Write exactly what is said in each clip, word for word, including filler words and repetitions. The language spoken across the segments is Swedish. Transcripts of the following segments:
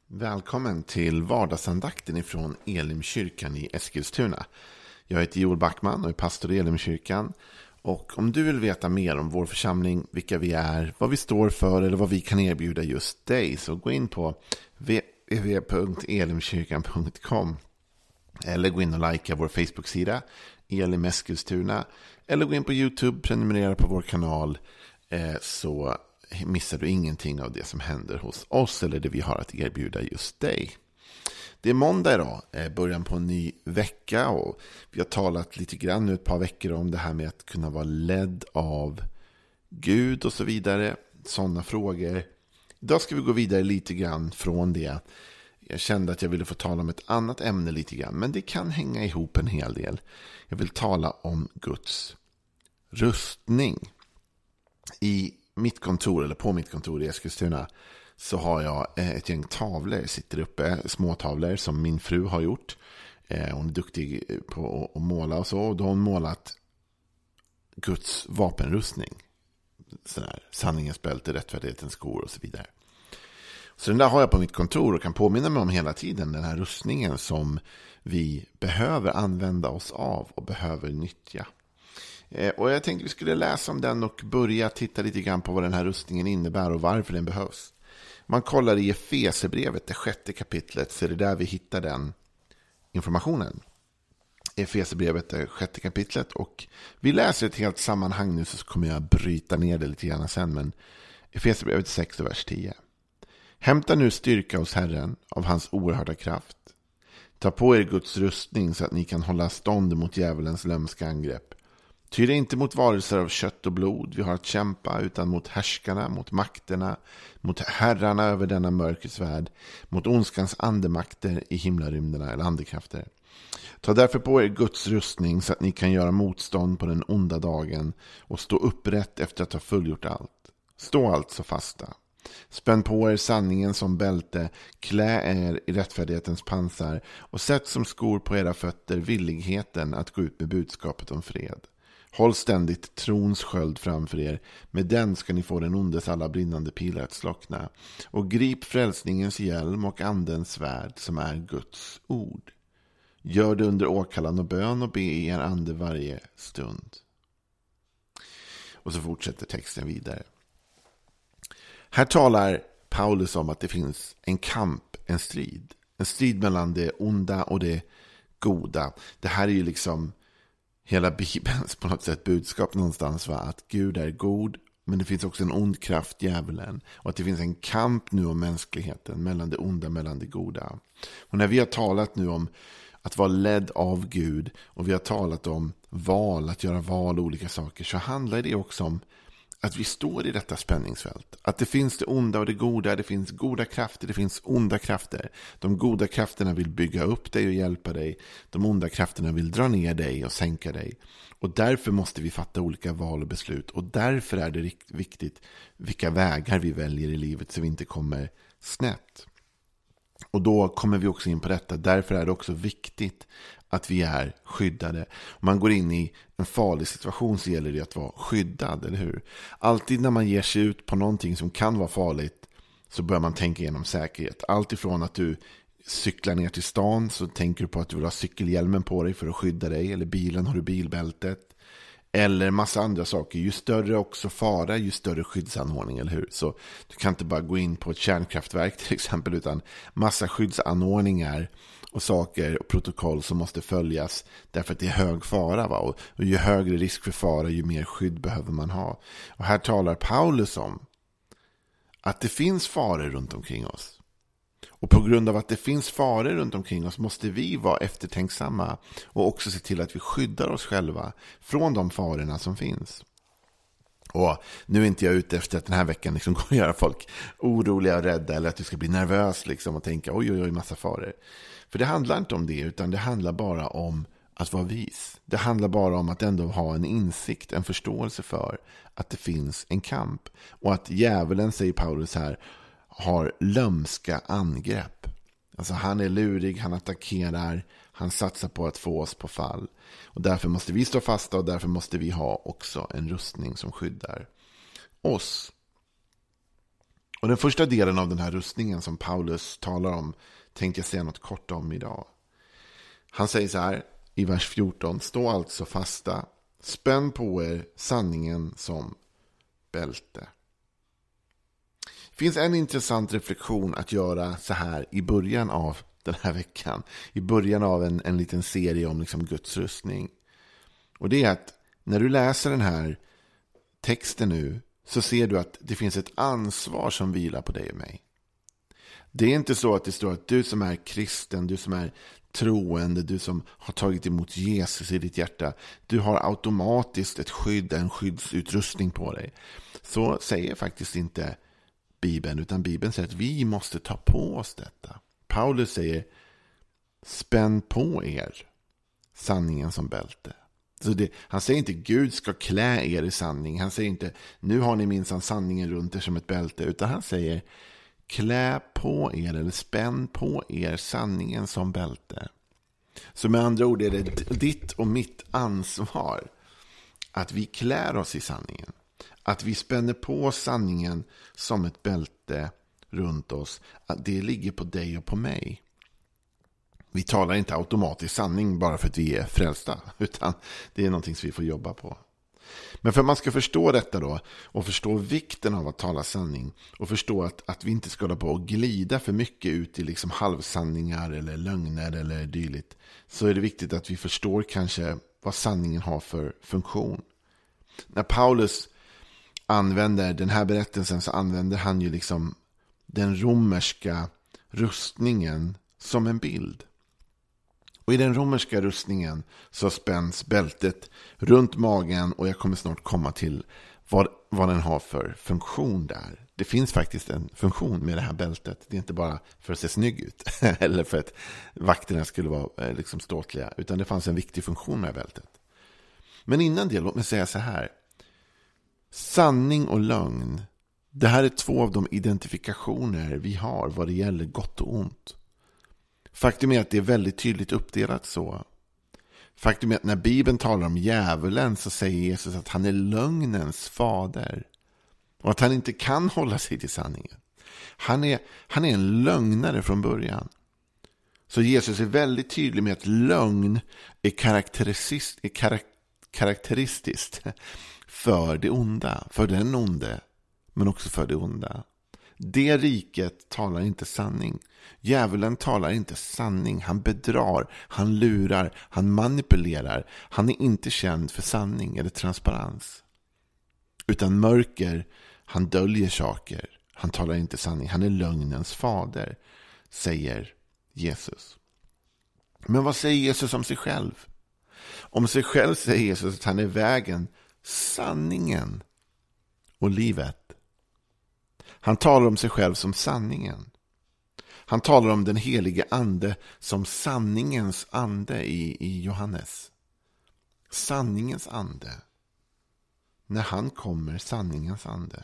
Välkommen till vardagsandakten ifrån Elimkyrkan i Eskilstuna. Jag heter Joel Backman och är pastor i Elimkyrkan. Och om du vill veta mer om vår församling, vilka vi är, vad vi står för eller vad vi kan erbjuda just dig, så gå in på w w w punkt elimkyrkan punkt com eller gå in och likea vår Facebook-sida Elim Eskilstuna, eller gå in på YouTube, prenumerera på vår kanal, eh, så missar du ingenting av det som händer hos oss eller det vi har att erbjuda just dig. Det är måndag idag, början på en ny vecka, och vi har talat lite grann nu ett par veckor om det här med att kunna vara ledd av Gud och så vidare, sådana frågor. Idag ska vi gå vidare lite grann från det. Jag kände att jag ville få tala om ett annat ämne lite grann, men det kan hänga ihop en hel del. Jag vill tala om Guds rustning. I mitt kontor, eller på mitt kontor i Eskilstuna, så har jag ett gäng tavlor, sitter uppe, små tavlor som min fru har gjort. Hon är duktig på att måla och så, och då har hon målat Guds vapenrustning. Sådär, sanningens bälte, rättfärdighetens skor och så vidare. Så den där har jag på mitt kontor och kan påminna mig om hela tiden, den här rustningen som vi behöver använda oss av och behöver nyttja. Och jag tänkte vi skulle läsa om den och börja titta lite grann på vad den här rustningen innebär och varför den behövs. Man kollar i Efesierbrevet, det sjätte kapitlet, så är det där vi hittar den informationen. Efesierbrevet, det sjätte kapitlet, och vi läser ett helt sammanhang nu, så kommer jag bryta ner det lite grann sen, men Efesierbrevet sex, vers tio. Hämta nu styrka hos Herren av hans oerhörda kraft. Ta på er Guds rustning så att ni kan hålla stånd mot djävulens lömska angrepp. Ty det är inte mot varelser av kött och blod vi har att kämpa, utan mot härskarna, mot makterna, mot herrarna över denna mörkrets värld, mot ondskans andemakter i himlarymderna eller andekrafter. Ta därför på er Guds rustning så att ni kan göra motstånd på den onda dagen och stå upprätt efter att ha fullgjort allt. Stå alltså fasta. Spänn på er sanningen som bälte, klä er i rättfärdighetens pansar och sätt som skor på era fötter villigheten att gå ut med budskapet om fred. Håll ständigt trons sköld framför er, med den ska ni få den ondes alla brinnande pilar att slockna. Och grip frälsningens hjälm och andens svärd som är Guds ord. Gör det under åkallan och bön och be i er ande varje stund. Och så fortsätter texten vidare. Här talar Paulus om att det finns en kamp, en strid. En strid mellan det onda och det goda. Det här är ju liksom hela Bibelns på något sätt budskap någonstans, va? Att Gud är god, men det finns också en ond kraft, djävulen. Och att det finns en kamp nu om mänskligheten, mellan det onda, mellan det goda. Och när vi har talat nu om att vara ledd av Gud, och vi har talat om val, att göra val och olika saker, så handlar det också om att vi står i detta spänningsfält. Att det finns det onda och det goda. Det finns goda krafter, det finns onda krafter. De goda krafterna vill bygga upp dig och hjälpa dig. De onda krafterna vill dra ner dig och sänka dig. Och därför måste vi fatta olika val och beslut. Och därför är det viktigt vilka vägar vi väljer i livet, så vi inte kommer snett. Och då kommer vi också in på detta. Därför är det också viktigt att vi är skyddade. Om man går in i en farlig situation så gäller det att vara skyddad, eller hur? Alltid när man ger sig ut på någonting som kan vara farligt, så bör man tänka igenom säkerhet. Allt ifrån att du cyklar ner till stan, så tänker du på att du vill ha cykelhjälmen på dig för att skydda dig. Eller bilen, har du bilbältet. Eller massa andra saker. Ju större också fara, ju större skyddsanordning, eller hur? Så du kan inte bara gå in på ett kärnkraftverk till exempel, utan massa skyddsanordningar och saker och protokoll som måste följas, därför att det är hög fara, va? Och, och ju högre risk för fara, ju mer skydd behöver man ha. Och här talar Paulus om att det finns faror runt omkring oss. Och på grund av att det finns faror runt omkring oss måste vi vara eftertänksamma och också se till att vi skyddar oss själva från de farorna som finns. Och nu är inte jag ute efter att den här veckan liksom går att göra folk oroliga och rädda, eller att du ska bli nervös liksom och tänka oj oj oj massa faror. För det handlar inte om det, utan det handlar bara om att vara vis. Det handlar bara om att ändå ha en insikt, en förståelse för att det finns en kamp. Och att djävulen, säger Paulus här, har lömska angrepp. Alltså han är lurig, han attackerar, han satsar på att få oss på fall. Och därför måste vi stå fasta, och därför måste vi ha också en rustning som skyddar oss. Och den första delen av den här rustningen som Paulus talar om tänkte jag säga något kort om idag. Han säger så här i vers fjorton: stå alltså fasta, spänn på er sanningen som bälte. Det finns en intressant reflektion att göra så här i början av den här veckan. I början av en, en liten serie om liksom Guds rustning. Och det är att när du läser den här texten nu så ser du att det finns ett ansvar som vilar på dig och mig. Det är inte så att det står att du som är kristen, du som är troende, du som har tagit emot Jesus i ditt hjärta, du har automatiskt ett skydd, en skyddsutrustning på dig. Så säger faktiskt inte Bibeln, utan Bibeln säger att vi måste ta på oss detta. Paulus säger: spänn på er sanningen som bälte. Så det, han säger inte Gud ska klä er i sanning. Han säger inte nu har ni minsann sanningen runt er som ett bälte, utan han säger klä på er eller spänn på er sanningen som bälte. Så med andra ord är det ditt och mitt ansvar att vi klär oss i sanningen. Att vi spänner på sanningen som ett bälte runt oss. Att det ligger på dig och på mig. Vi talar inte automatiskt sanning bara för att vi är frälsta, utan det är någonting som vi får jobba på. Men för att man ska förstå detta då, och förstå vikten av att tala sanning, och förstå att, att vi inte ska hålla på och glida för mycket ut i liksom halvsanningar eller lögner eller dylikt, så är det viktigt att vi förstår kanske vad sanningen har för funktion. När Paulus använder den här berättelsen så använder han ju liksom den romerska rustningen som en bild. Och i den romerska rustningen så spänns bältet runt magen, och jag kommer snart komma till vad, vad den har för funktion där. Det finns faktiskt en funktion med det här bältet. Det är inte bara för att se snygg ut eller för att vakterna skulle vara liksom ståtliga, utan det fanns en viktig funktion med bältet. Men innan det, låt mig säga så här. Sanning och lögn, det här är två av de identifikationer vi har vad det gäller gott och ont. Faktum är att det är väldigt tydligt uppdelat så. Faktum är att när Bibeln talar om djävulen så säger Jesus att han är lögnens fader. Och att han inte kan hålla sig till sanningen. Han är, han är en lögnare från början. Så Jesus är väldigt tydlig med att lögn är, karaktäristiskt, är karak, karaktäristiskt för det onda. För den onde, men också för det onda. Det riket talar inte sanning. Djävulen talar inte sanning. Han bedrar, han lurar, han manipulerar. Han är inte känd för sanning eller transparens. Utan mörker, han döljer saker. Han talar inte sanning. Han är lögnens fader, säger Jesus. Men vad säger Jesus om sig själv? Om sig själv säger Jesus att han är vägen, sanningen och livet. Han talar om sig själv som sanningen. Han talar om den helige ande som sanningens ande i, i Johannes. Sanningens ande. När han kommer, sanningens ande.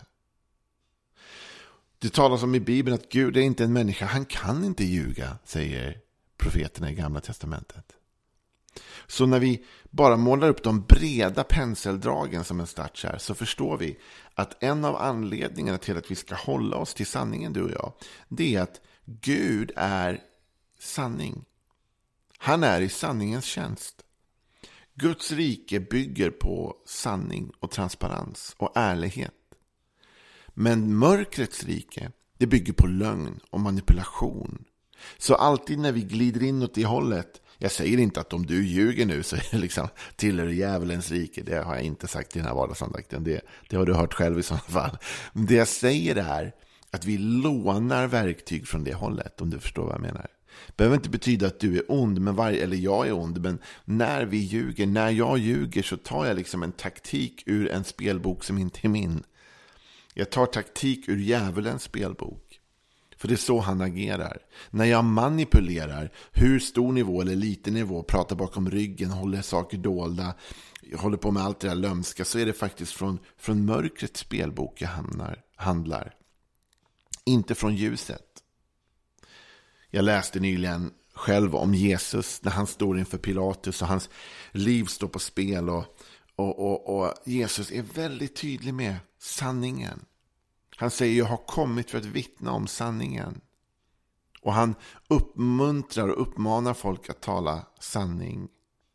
Det talas om i Bibeln att Gud är inte en människa. Han kan inte ljuga, säger profeterna i Gamla testamentet. Så när vi bara målar upp de breda penseldragen som en start här, så förstår vi att en av anledningarna till att vi ska hålla oss till sanningen, du och jag, det är att Gud är sanning. Han är i sanningens tjänst. Guds rike bygger på sanning och transparens och ärlighet. Men mörkrets rike, det bygger på lögn och manipulation. Så alltid när vi glider in åt det hållet, jag säger inte att om du ljuger nu så är det liksom tillhör djävulens rike. Det har jag inte sagt i den här vardagsandakten. Det, det har du hört själv i sådana fall. Men det jag säger är att vi lånar verktyg från det hållet, om du förstår vad jag menar. Det behöver inte betyda att du är ond, men varje, eller jag är ond. Men när vi ljuger, när jag ljuger, så tar jag liksom en taktik ur en spelbok som inte är min. Jag tar taktik ur djävulens spelbok. För det är så han agerar. När jag manipulerar, hur stor nivå eller liten nivå, pratar bakom ryggen, håller saker dolda, jag håller på med allt det där lömska, så är det faktiskt från, från mörkrets spelbok jag hamnar, handlar. Inte från ljuset. Jag läste nyligen själv om Jesus när han står inför Pilatus och hans liv står på spel. Och, och, och, och Jesus är väldigt tydlig med sanningen. Han säger jag har kommit för att vittna om sanningen. Och han uppmuntrar och uppmanar folk att tala sanning.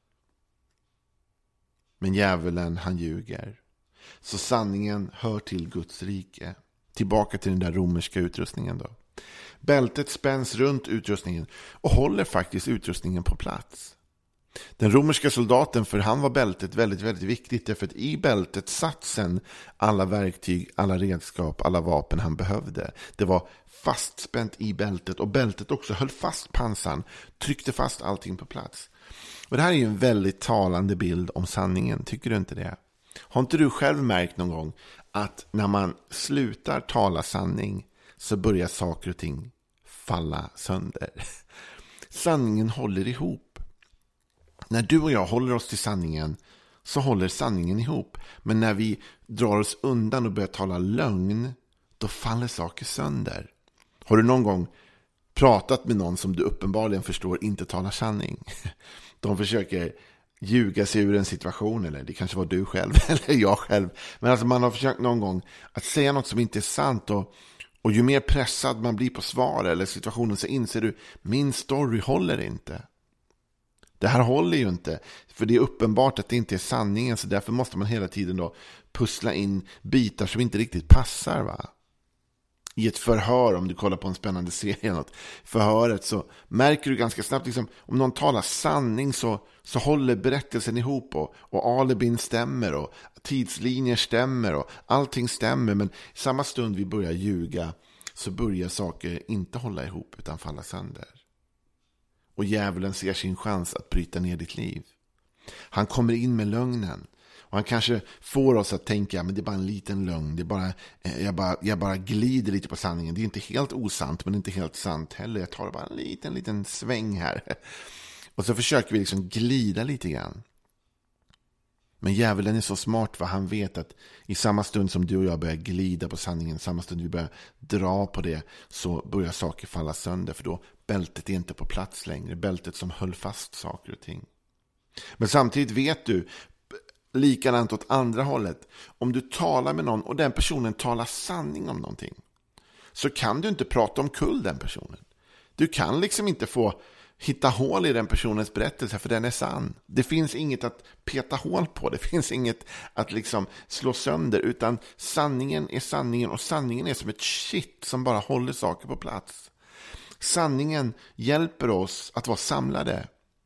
Men djävulen, han ljuger. Så sanningen hör till Guds rike. Tillbaka till den där romerska utrustningen då. Bältet spänns runt utrustningen och håller faktiskt utrustningen på plats. Den romerska soldaten, för han var bältet väldigt, väldigt viktigt. Därför att i bältet satt sen alla verktyg, alla redskap, alla vapen han behövde. Det var fastspänt i bältet och bältet också höll fast pansaren, tryckte fast allting på plats. Och det här är ju en väldigt talande bild om sanningen, tycker du inte det? Har inte du själv märkt någon gång att när man slutar tala sanning så börjar saker och ting falla sönder? Sanningen håller ihop. När du och jag håller oss till sanningen så håller sanningen ihop. Men när vi drar oss undan och börjar tala lögn, då faller saker sönder. Har du någon gång pratat med någon som du uppenbarligen förstår inte talar sanning? De försöker ljuga sig ur en situation, eller det kanske var du själv eller jag själv. Men alltså man har försökt någon gång att säga något som inte är sant, och, och ju mer pressad man blir på svar eller situationen så inser du, min story håller inte. Det här håller ju inte, för det är uppenbart att det inte är sanningen, så därför måste man hela tiden då pussla in bitar som inte riktigt passar, va? I ett förhör, om du kollar på en spännande serie, något förhöret, så märker du ganska snabbt liksom, om någon talar sanning så, så håller berättelsen ihop, och, och alibin stämmer och tidslinjer stämmer och allting stämmer, men i samma stund vi börjar ljuga så börjar saker inte hålla ihop utan falla sönder. Och djävulen ser sin chans att bryta ner ditt liv. Han kommer in med lögnen. Och han kanske får oss att tänka, men det är bara en liten lögn. Det är bara, jag, bara, jag bara glider lite på sanningen. Det är inte helt osant, men inte helt sant heller. Jag tar bara en liten, liten sväng här. Och så försöker vi liksom glida lite grann. Men djävulen är så smart, för han vet att i samma stund som du och jag börjar glida på sanningen, i samma stund vi börjar dra på det, så börjar saker falla sönder, för då bältet är inte på plats längre. Bältet som höll fast saker och ting. Men samtidigt vet du, likadant åt andra hållet, om du talar med någon och den personen talar sanning om någonting, så kan du inte prata om kull den personen. Du kan liksom inte få hitta hål i den personens berättelse, för den är sann. Det finns inget att peta hål på. Det finns inget att liksom slå sönder, utan sanningen är sanningen, och sanningen är som ett shit som bara håller saker på plats. Sanningen hjälper oss att vara samlade.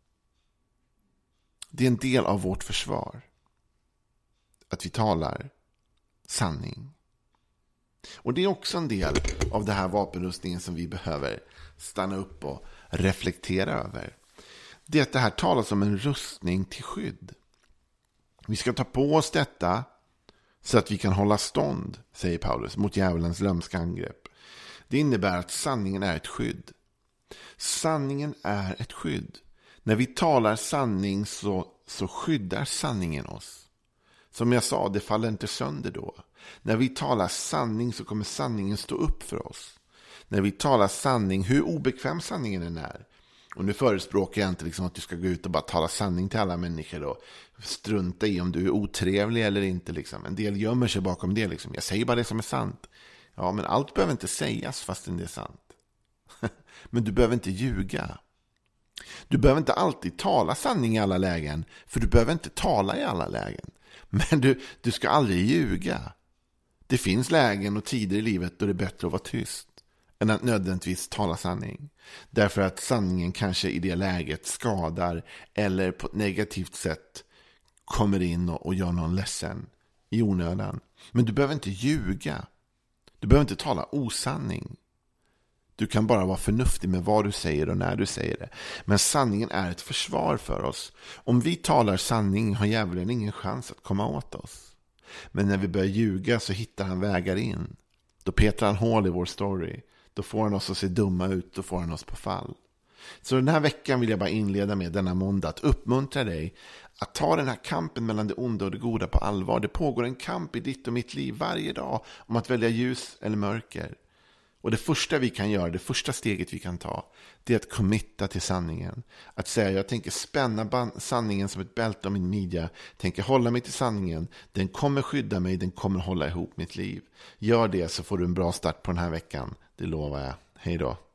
Det är en del av vårt försvar att vi talar sanning. Och det är också en del av det här vapenrustningen som vi behöver stanna upp och reflektera över. Det är att det här talas om en rustning till skydd. Vi ska ta på oss detta så att vi kan hålla stånd, säger Paulus, mot djävulens lömska angrepp. Det innebär att sanningen är ett skydd. Sanningen är ett skydd. När vi talar sanning så, så skyddar sanningen oss. Som jag sa, det faller inte sönder då. När vi talar sanning så kommer sanningen stå upp för oss. När vi talar sanning, hur obekväm sanningen än är. Och nu förespråkar jag inte liksom att du ska gå ut och bara tala sanning till alla människor och strunta i om du är otrevlig eller inte. Liksom. En del gömmer sig bakom det. Liksom. Jag säger bara det som är sant. Ja, men allt behöver inte sägas fastän det är sant. Men du behöver inte ljuga. Du behöver inte alltid tala sanning i alla lägen, för du behöver inte tala i alla lägen. Men du, du ska aldrig ljuga. Det finns lägen och tider i livet då det är bättre att vara tyst än att nödvändigtvis tala sanning. Därför att sanningen kanske i det läget skadar eller på ett negativt sätt kommer in och, och gör någon ledsen i onödan. Men du behöver inte ljuga. Du behöver inte tala osanning. Du kan bara vara förnuftig med vad du säger och när du säger det. Men sanningen är ett försvar för oss. Om vi talar sanning har djävulen ingen chans att komma åt oss. Men när vi börjar ljuga så hittar han vägar in. Då petar han hål i vår story. Då får han oss att se dumma ut. Då får han oss på fall. Så den här veckan vill jag bara inleda med denna måndag att uppmuntra dig att ta den här kampen mellan det onda och det goda på allvar. Det pågår en kamp i ditt och mitt liv varje dag om att välja ljus eller mörker. Och det första vi kan göra, det första steget vi kan ta, det är att committa till sanningen. Att säga, jag tänker spänna sanningen som ett bälte om min midja. Tänker hålla mig till sanningen. Den kommer skydda mig, den kommer hålla ihop mitt liv. Gör det så får du en bra start på den här veckan. Det lovar jag. Hej då.